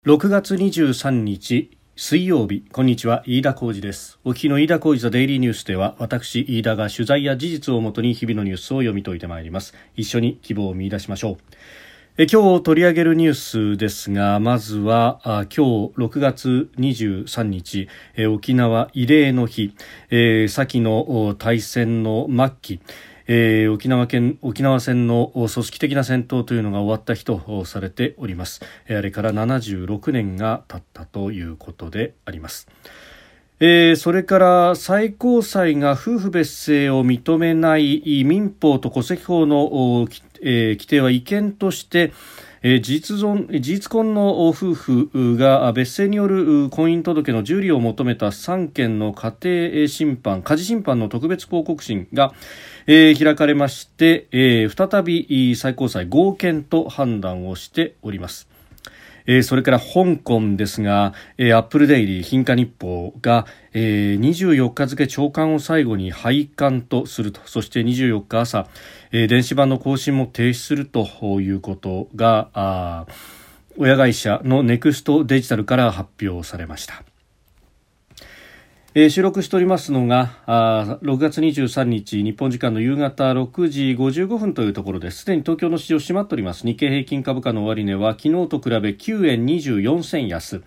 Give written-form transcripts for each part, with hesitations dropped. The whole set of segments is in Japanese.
6月23日水曜日、こんにちは、飯田浩司です。お聞きの飯田浩司ザデイリーニュースでは、私飯田が取材や事実をもとに日々のニュースを読み解いてまいります。一緒に希望を見出しましょう。今日取り上げるニュースですが、まずは今日6月23日、沖縄慰霊の日、先の大戦の末期、沖縄戦の組織的な戦闘というのが終わった日とされております。あれから76年が経ったということであります。それから最高裁が夫婦別姓を認めない民法と戸籍法の規定は違憲として事実婚の夫婦が別姓による婚姻届の受理を求めた3件の家事審判の特別抗告審が開かれまして、再び最高裁合憲と判断をしております。それから香港ですが、アップルデイリー貧化日報が、24日付朝刊を最後に廃刊とすると、そして24日朝、電子版の更新も停止するということが親会社のネクストデジタルから発表されました。収録しておりますのが6月23日日本時間の夕方6時55分というところです。すでに東京の市場閉まっております。日経平均株価の終値は昨日と比べ9円24銭安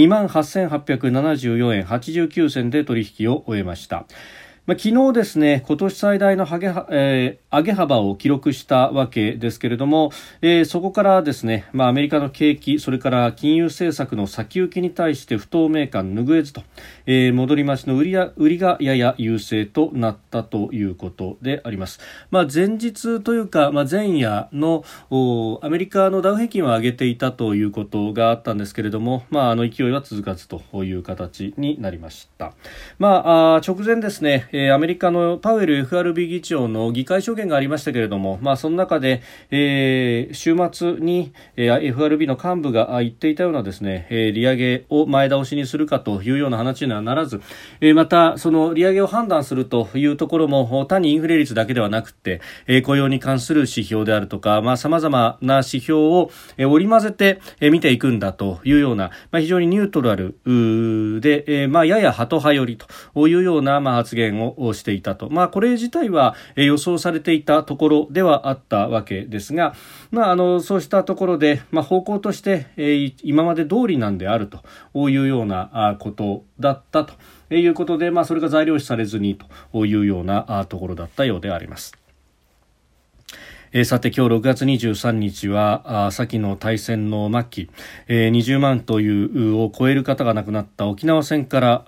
28,874 円89銭で取引を終えました。昨日ですね、今年最大の上げ幅を記録したわけですけれども、そこからですね、アメリカの景気、それから金融政策の先行きに対して不透明感拭えずと、戻り増しの売りがやや優勢となったということであります。前日というか、前夜のアメリカのダウ平均は上げていたということがあったんですけれども、勢いは続かずという形になりました。直前ですね、アメリカのパウエル FRB 議長の議会証言がありましたけれども、その中で、週末に、FRB の幹部が言っていたようなですね、利上げを前倒しにするかというような話にはならず、またその利上げを判断するというところも単にインフレ率だけではなくて、雇用に関する指標であるとか、様々な指標を織り交ぜて見ていくんだというような、非常にニュートラルで、ややハト派寄りというような発言をしていたと。これ自体は予想されていたところではあったわけですが、そうしたところで、方向として、今まで通りなんであるというようなことだったということで、それが材料視されずにというようなところだったようであります。さて今日6月23日は先の大戦の末期、20万というを超える方が亡くなった沖縄戦から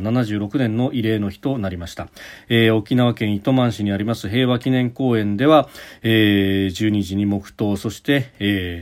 76年の慰霊の日となりました。沖縄県糸満市にあります平和記念公園では、12時に黙祷、そして、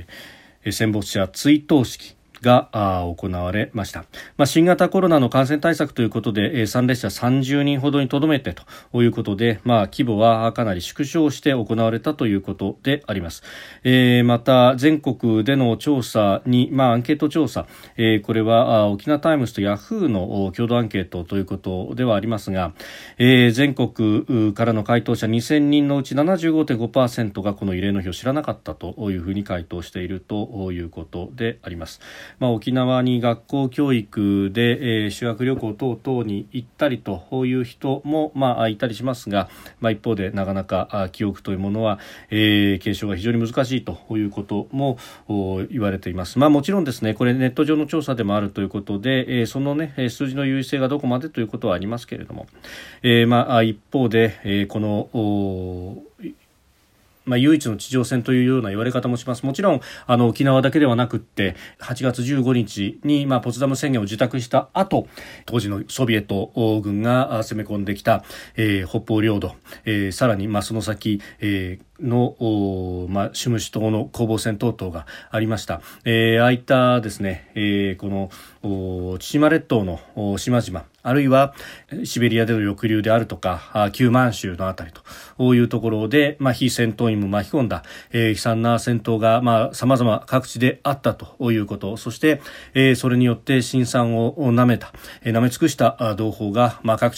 戦没者追悼式が行われました。新型コロナの感染対策ということで、参列者30人ほどにとどめてということで、規模はかなり縮小して行われたということであります。また全国での調査に、アンケート調査、これは沖縄タイムズとヤフーの共同アンケートということではありますが、全国からの回答者2000人のうち 75.5% がこの慰霊の日を知らなかったというふうに回答しているということであります。沖縄に学校教育で、修学旅行等々に行ったりという人も、いたりしますが、一方でなかなか記憶というものは、継承が非常に難しいということも言われています。もちろんですね、これネット上の調査でもあるということで、そのね数字の優位性がどこまでということはありますけれども、一方で、この唯一の地上戦というような言われ方もします。もちろん沖縄だけではなくって8月15日にポツダム宣言を受諾した後、当時のソビエト軍が攻め込んできた、北方領土、さらにその先、のシムシュ島の攻防戦等々がありました。ああいったですね、この千島列島の島々、あるいはシベリアでの抑留であるとか旧満州のあたりというところで、非戦闘員も巻き込んだ、悲惨な戦闘が様々各地であったということ、そして、それによって辛酸を舐め尽くした同胞が各地に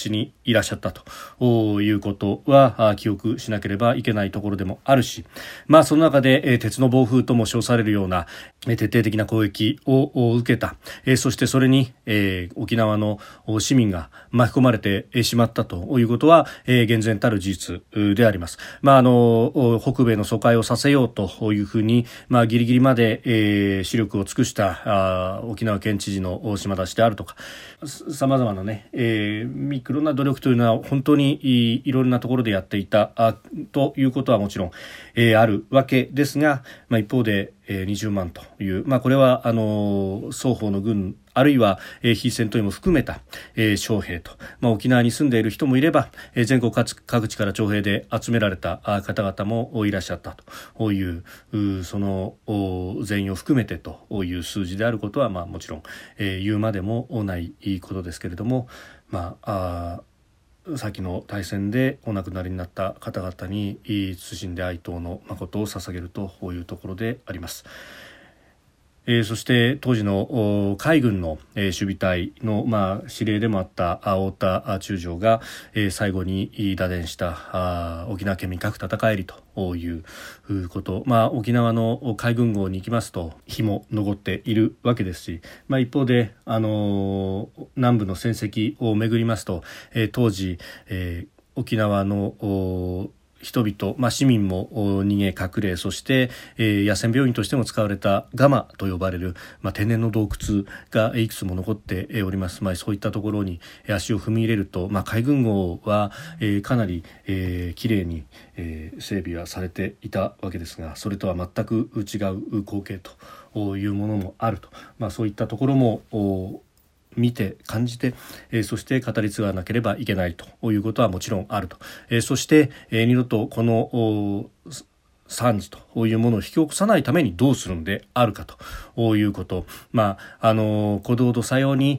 いらっしゃったということは記憶しなければいけないところでもあるし、その中で鉄の暴風とも称されるような徹底的な攻撃を受けた、そしてそれに沖縄の市民が巻き込まれてしまったということは厳然たる事実であります。北米の疎開をさせようというふうに、ギリギリまで視力を尽くした沖縄県知事の島田氏であるとか、様々なね、ミクロな努力というのは本当にいろんなところでやっていたということはもちろん、あるわけですが、一方で20万という、これは双方の軍あるいは非戦闘員も含めた徴兵と、沖縄に住んでいる人もいれば全国各地から徴兵で集められた方々もいらっしゃったというその全員を含めてという数字であることはもちろん言うまでもないことですけれども、先の大戦でお亡くなりになった方々に謹んで哀悼の誠を捧げるというところであります。そして当時の海軍の守備隊の司令でもあった太田中将が最後に打電した沖縄県民核戦えりということ、沖縄の海軍壕に行きますと火も残っているわけですし、一方で南部の戦績をめぐりますと当時沖縄の人々、市民も逃げ隠れ、そして野戦病院としても使われたガマと呼ばれる、天然の洞窟がいくつも残っております。そういったところに足を踏み入れると、海軍壕はかなりきれいに整備はされていたわけですが、それとは全く違う光景というものもあると、そういったところも見て感じて、そして語り継がなければいけないということはもちろんあると、そして、二度とこの惨事というものを引き起こさないためにどうするんであるかということ、鼓動とさように、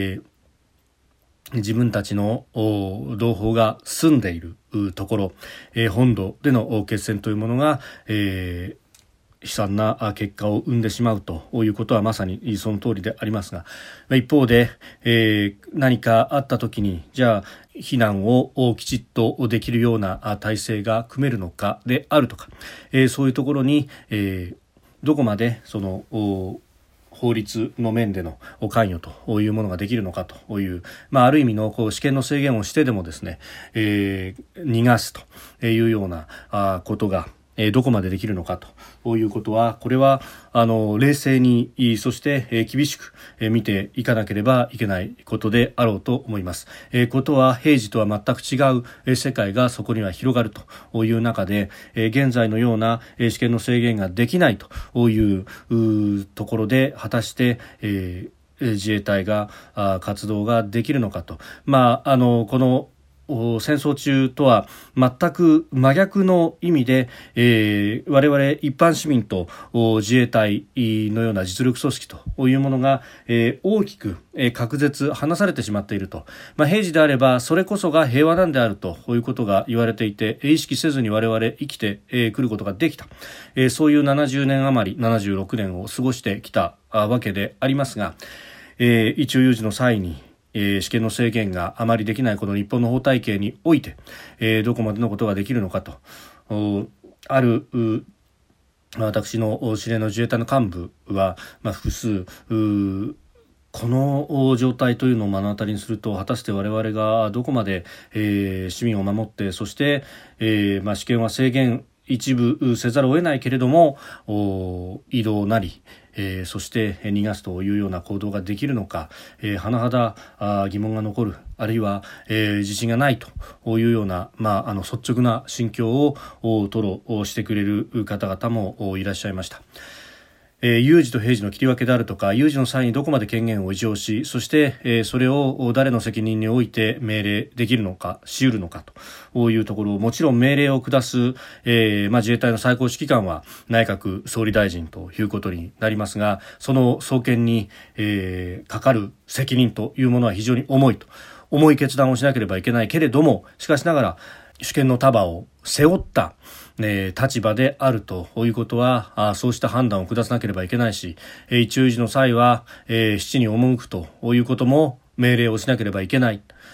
自分たちの同胞が住んでいるところ、本土での決戦というものが、悲惨な結果を生んでしまうということはまさにその通りでありますが、一方で、何かあった時にじゃあ避難をきちっとできるような体制が組めるのかであるとか、そういうところに、どこまでその法律の面での関与というものができるのかという、ある意味の試験の制限をしてでもですね、逃がすというようなことがどこまでできるのかということは、これは冷静にそして厳しく見ていかなければいけないことであろうと思います。ことは平時とは全く違う世界がそこには広がるという中で、現在のような試験の制限ができないというところで果たして自衛隊が活動ができるのかと、この戦争中とは全く真逆の意味で、我々一般市民と自衛隊のような実力組織というものが、大きく隔絶離されてしまっていると、平時であればそれこそが平和なんであるということが言われていて、意識せずに我々生きてくることができた、そういう70年余り76年を過ごしてきたわけでありますが、一中有事の際に試験の制限があまりできないこの日本の法体系において、どこまでのことができるのかと、ある私の知り合いの自衛隊の幹部は、複数この状態というのを目の当たりにすると、果たして我々がどこまで、市民を守って、そして、試験は制限一部せざるを得ないけれども移動なり、そして逃がすというような行動ができるのか、甚だ疑問が残る、あるいは、自信がないというような、率直な心境を吐露してくれる方々もいらっしゃいました。有事と平時の切り分けであるとか、有事の際にどこまで権限を維持し、そしてそれを誰の責任において命令できるのか、し得るのかというところを、もちろん命令を下す、自衛隊の最高指揮官は内閣総理大臣ということになりますが、その双肩に、かかる責任というものは非常に重い決断をしなければいけないけれども、しかしながら主権の束を背負った立場であるということは、そうした判断を下さなければいけないし、一中有事の際は、七に赴くということも命令をしなければいけない。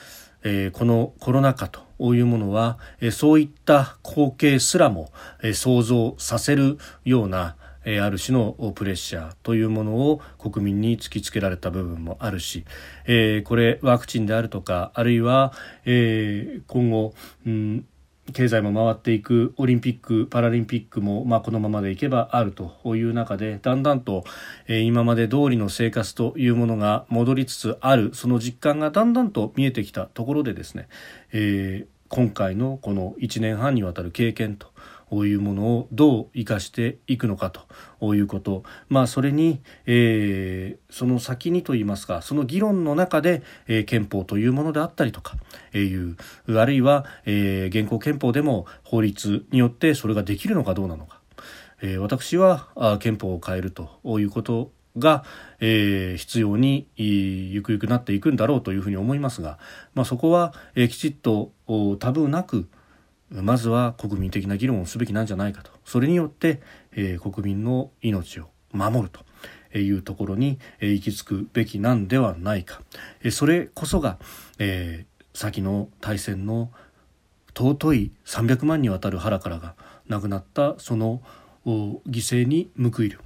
このコロナ禍というものは、そういった光景すらも、想像させるようなある種のプレッシャーというものを国民に突きつけられた部分もあるし、これワクチンであるとか、あるいは、今後、経済も回っていくオリンピック・パラリンピックも、このままでいけばあるという中で、だんだんと、今まで通りの生活というものが戻りつつある、その実感がだんだんと見えてきたところでですね、今回のこの1年半にわたる経験というものをどう生かしていくのかということ、それに、その先にといいますか、その議論の中で、憲法というものであったりとか、あるいは、現行憲法でも法律によってそれができるのかどうなのか、私は憲法を変えるということが、必要にゆくゆくなっていくんだろうというふうに思いますが、そこは、きちっとタブーなくまずは国民的な議論をすべきなんじゃないかと。それによって、国民の命を守るというところに、行き着くべきなんではないか。それこそが、先の大戦の尊い300万にわたる腹からが亡くなったその犠牲に報いる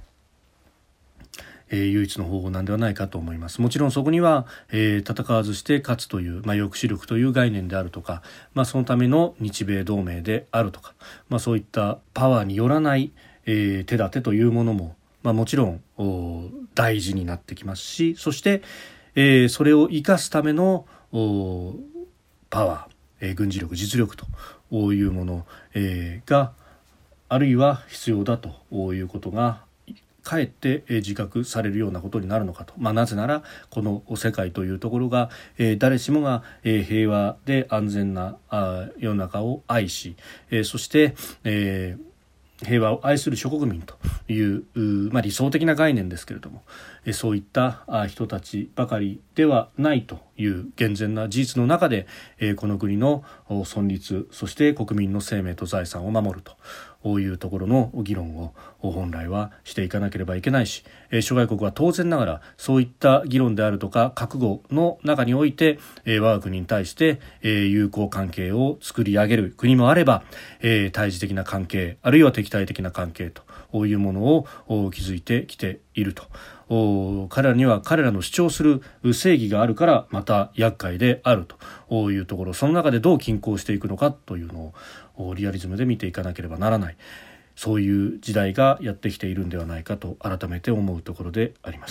唯一の方法なんではないかと思います。もちろんそこには、戦わずして勝つという、抑止力という概念であるとか、そのための日米同盟であるとか、そういったパワーによらない、手立てというものも、もちろん大事になってきますし、そして、それを生かすためのパワー、軍事力、実力というもの、があるいは必要だということがかえって自覚されるようなことになるのかと。なぜならこの世界というところが、誰しもが、平和で安全な世の中を愛し、そして、平和を愛する諸国民という、理想的な概念ですけれども、そういった人たちばかりではないという厳然な事実の中で、この国の存立、そして国民の生命と財産を守るというところの議論を本来はしていかなければいけないし、諸外国は当然ながらそういった議論であるとか覚悟の中において、我が国に対して友好関係を作り上げる国もあれば、対峙的な関係、あるいは敵対的な関係というものを築いてきていると。彼らには彼らの主張する正義があるからまた厄介であるというところ、その中でどう均衡していくのかというのをリアリズムで見ていかなければならない、そういう時代がやってきているんではないかと改めて思うところであります。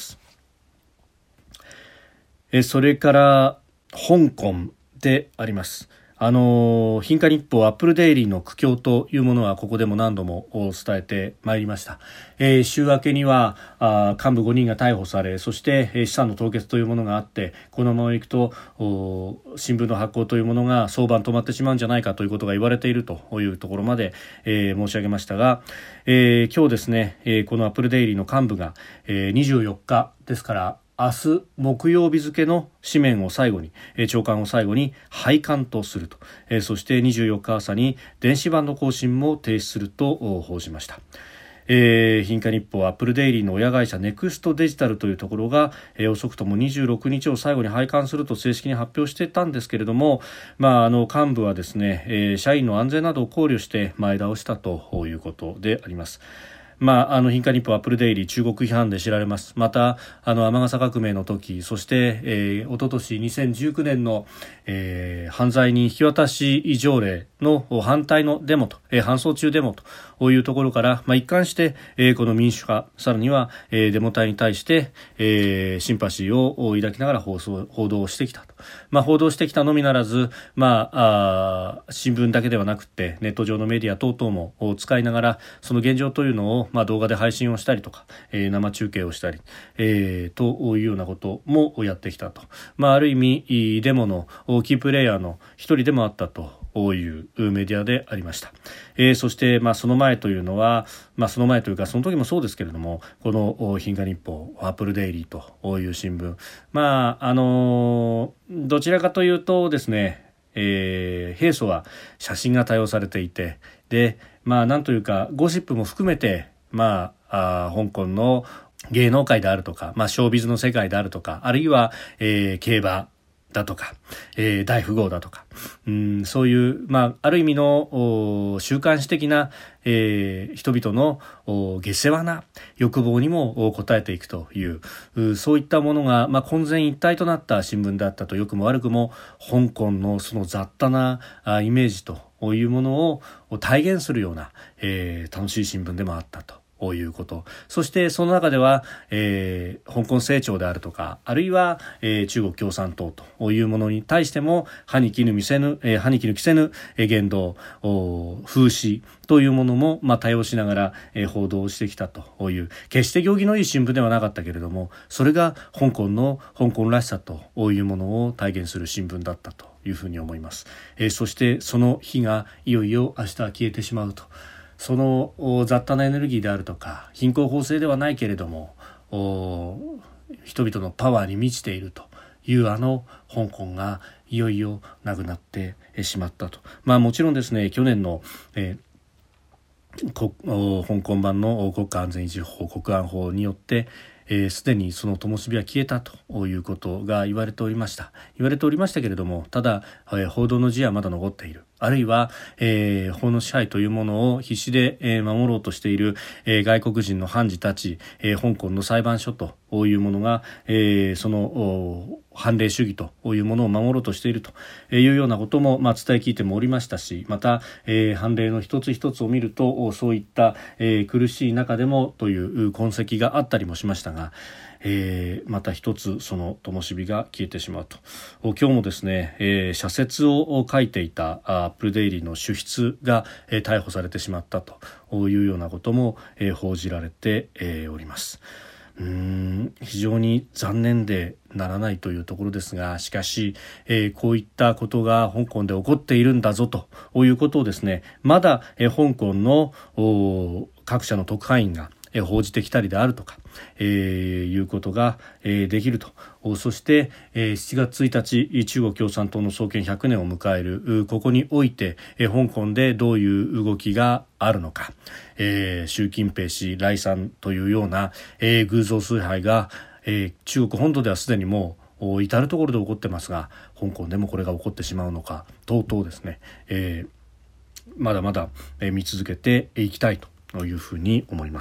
それから香港であります。貧華日報アップルデイリーの苦境というものはここでも何度も伝えてまいりました。週明けには幹部5人が逮捕され、そして資産の凍結というものがあって、このままいくと新聞の発行というものが早晩止まってしまうんじゃないかということが言われているというところまで、申し上げましたが、今日ですね、このアップルデイリーの幹部が、24日ですから明日木曜日付の紙面を最後に、朝刊を最後に廃刊とすると、そして24日朝に電子版の更新も停止すると報じました。貧華日報アップルデイリーの親会社ネクストデジタルというところが、遅くとも26日を最後に廃刊すると正式に発表していたんですけれども、幹部はですね、社員の安全などを考慮して前倒したということであります。貧華日報アップルデイリー中国批判で知られます。また雨傘革命の時、そして、一昨年2019年の、犯罪人引き渡し条例の反対のデモと、反走中デモというところから、一貫して、この民主化、さらには、デモ隊に対して、シンパシーを抱きながら報道してきたと。報道してきたのみならず、新聞だけではなくてネット上のメディア等々も使いながらその現状というのを動画で配信をしたりとか、生中継をしたり、というようなこともやってきたと。ある意味デモのキープレイヤーの一人でもあったというメディアでありました。そして、その前というのは、その前というかその時もそうですけれども、この貧華日報アップルデイリーという新聞、どちらかというとですね、平素は写真が多用されていて、でなんというかゴシップも含めて香港の芸能界であるとか、ショービズの世界であるとか、あるいは、競馬だとか、大富豪だとか、そういう、ある意味の週刊誌的な、人々の下世話な欲望にも応えていくというそういったものが、混然一体となった新聞であったと。良くも悪くも香港のその雑多なイメージというものを体現するような、楽しい新聞でもあったということ。そしてその中では、香港成長であるとか、あるいは、中国共産党というものに対しても歯に衣着せぬ言動、風刺というものも、多用しながら、報道してきたという、決して行儀のいい新聞ではなかったけれども、それが香港の香港らしさというものを体現する新聞だったというふうに思います。そしてその日がいよいよ明日は消えてしまうと。その雑多なエネルギーであるとか、貧困法制ではないけれども人々のパワーに満ちているという香港がいよいよなくなってしまったと。もちろんですね、去年の、香港版の国家安全維持法国安法によってすでにその灯火は消えたということが言われておりましたけれども、ただ、報道の自由はまだ残っている。あるいは、法の支配というものを必死で、守ろうとしている、外国人の判事たち、香港の裁判所というものが、その判例主義というものを守ろうとしているというようなことも、伝え聞いてもおりましたし、また、判例の一つ一つを見るとそういった、苦しい中でもという痕跡があったりもしましたが、また一つその灯火が消えてしまうと。今日もですね、社説を書いていたアップルデイリーの主筆が、逮捕されてしまったというようなことも、報じられて、おります。非常に残念でならないというところですが、しかし、こういったことが香港で起こっているんだぞということをですね、まだ、香港の各社の特派員が報じてきたりであるとか、いうことが、できると。そして、7月1日中国共産党の創建100年を迎えるここにおいて、香港でどういう動きがあるのか、習近平氏来賛というような、偶像崇拝が、中国本土ではすでにもう至るところで起こってますが、香港でもこれが起こってしまうのか等々ですね、まだまだ見続けていきたいというふうに思います。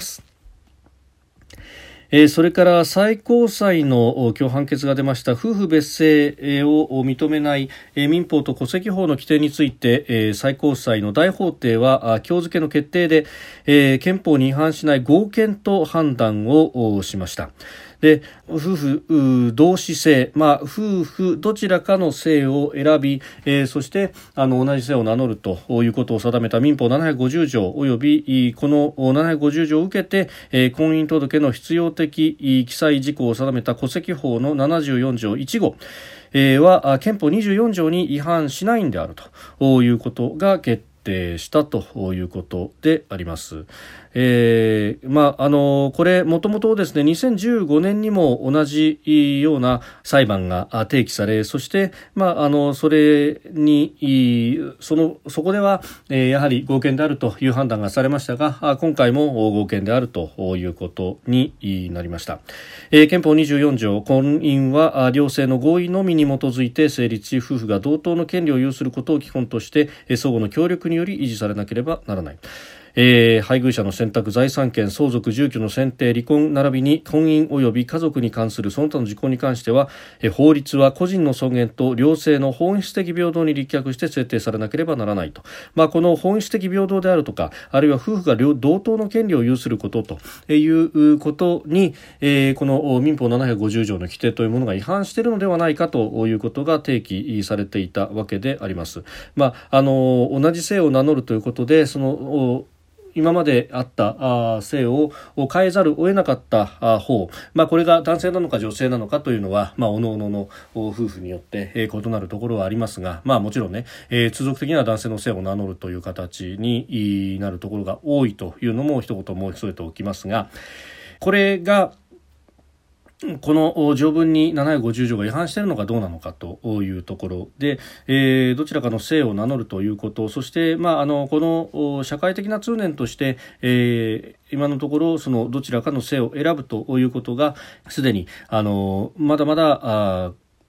それから最高裁の今日判決が出ました夫婦別姓を認めない民法と戸籍法の規定について、最高裁の大法廷は今日付の決定で、憲法に違反しない合憲と判断をしました。で、夫婦同氏姓、夫婦どちらかの姓を選び、そして同じ姓を名乗るということを定めた民法750条およびこの750条を受けて、婚姻届の必要的記載事項を定めた戸籍法の74条1号は憲法24条に違反しないんであるということが決定したということであります。これもともとですね、2015年にも同じような裁判が提起され、そして、それにそこでは、やはり合憲であるという判断がされましたが、今回も合憲であるということになりました。憲法24条、婚姻は両性の合意のみに基づいて成立し、夫婦が同等の権利を有することを基本として相互の協力により維持されなければならない。配偶者の選択、財産権、相続、住居の選定、離婚並びに婚姻及び家族に関するその他の事項に関しては、法律は個人の尊厳と両性の本質的平等に立脚して制定されなければならないと。この本質的平等であるとか、あるいは夫婦が同等の権利を有することということに、この民法750条の規定というものが違反しているのではないかということが提起されていたわけであります。同じ姓を名乗るということで、今まであった姓を変えざるを得なかった方、これが男性なのか女性なのかというのは、各々の夫婦によって異なるところはありますが、もちろんね、通俗的には男性の姓を名乗るという形になるところが多いというのも一言申し添えておきますが、これがこの条文に750条が違反しているのかどうなのかというところで、どちらかの姓を名乗るということ、そして、この社会的な通念として、今のところそのどちらかの姓を選ぶということがすでにまだまだ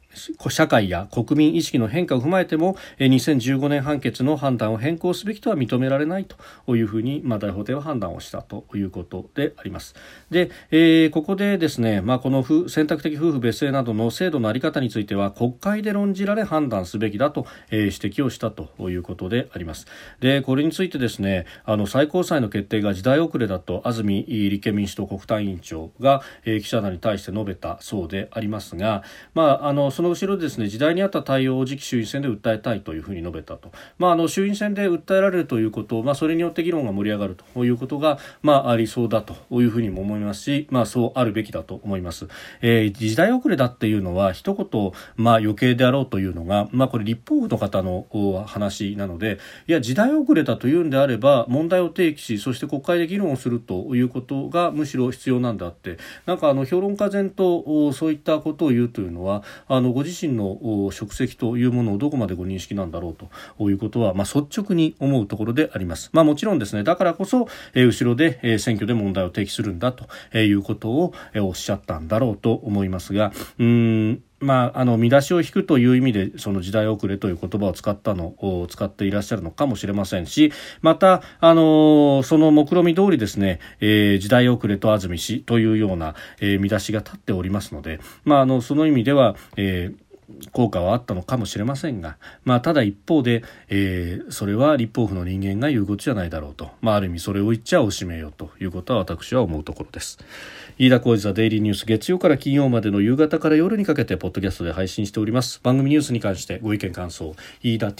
社会や国民意識の変化を踏まえても2015年判決の判断を変更すべきとは認められないというふうに大法廷は判断をしたということであります。で、ここでですね、この選択的夫婦別姓などの制度の在り方については国会で論じられ判断すべきだと指摘をしたということであります。で、これについてですね、最高裁の決定が時代遅れだと安住立憲民主党国対委員長が記者団に対して述べたそうでありますが、その後ろでですね、時代に合った対応を次期衆院選で訴えたいというふうに述べたと。衆院選で訴えられるということ、それによって議論が盛り上がるということが、ありそうだというふうにも思いますし、そうあるべきだと思います。時代遅れだっていうのは一言、余計であろうというのが、これ立法府の方の話なので、いや時代遅れだというんであれば問題を提起し、そして国会で議論をするということがむしろ必要なんだって、評論家前とそういったことを言うというのはご自身の職責というものをどこまでご認識なんだろうということは、率直に思うところであります。もちろんですね、だからこそ、後ろで、選挙で問題を提起するんだということをおっしゃったんだろうと思いますが、見出しを引くという意味でその時代遅れという言葉を使っていらっしゃるのかもしれませんし、またその目論見通りですね、時代遅れと安住氏というような、見出しが立っておりますので、その意味では、効果はあったのかもしれませんが、ただ一方で、それは立法府の人間が言うことじゃないだろうと、ある意味それを言っちゃおしめよということは私は思うところです。飯田浩司ザデイリーニュース、月曜から金曜までの夕方から夜にかけてポッドキャストで配信しております。番組ニュースに関してご意見感想、飯田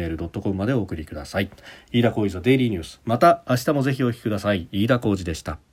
TDN@gmail.com までお送りください。飯田浩司ザデイリーニュース、また明日もぜひお聞きください。飯田浩司でした。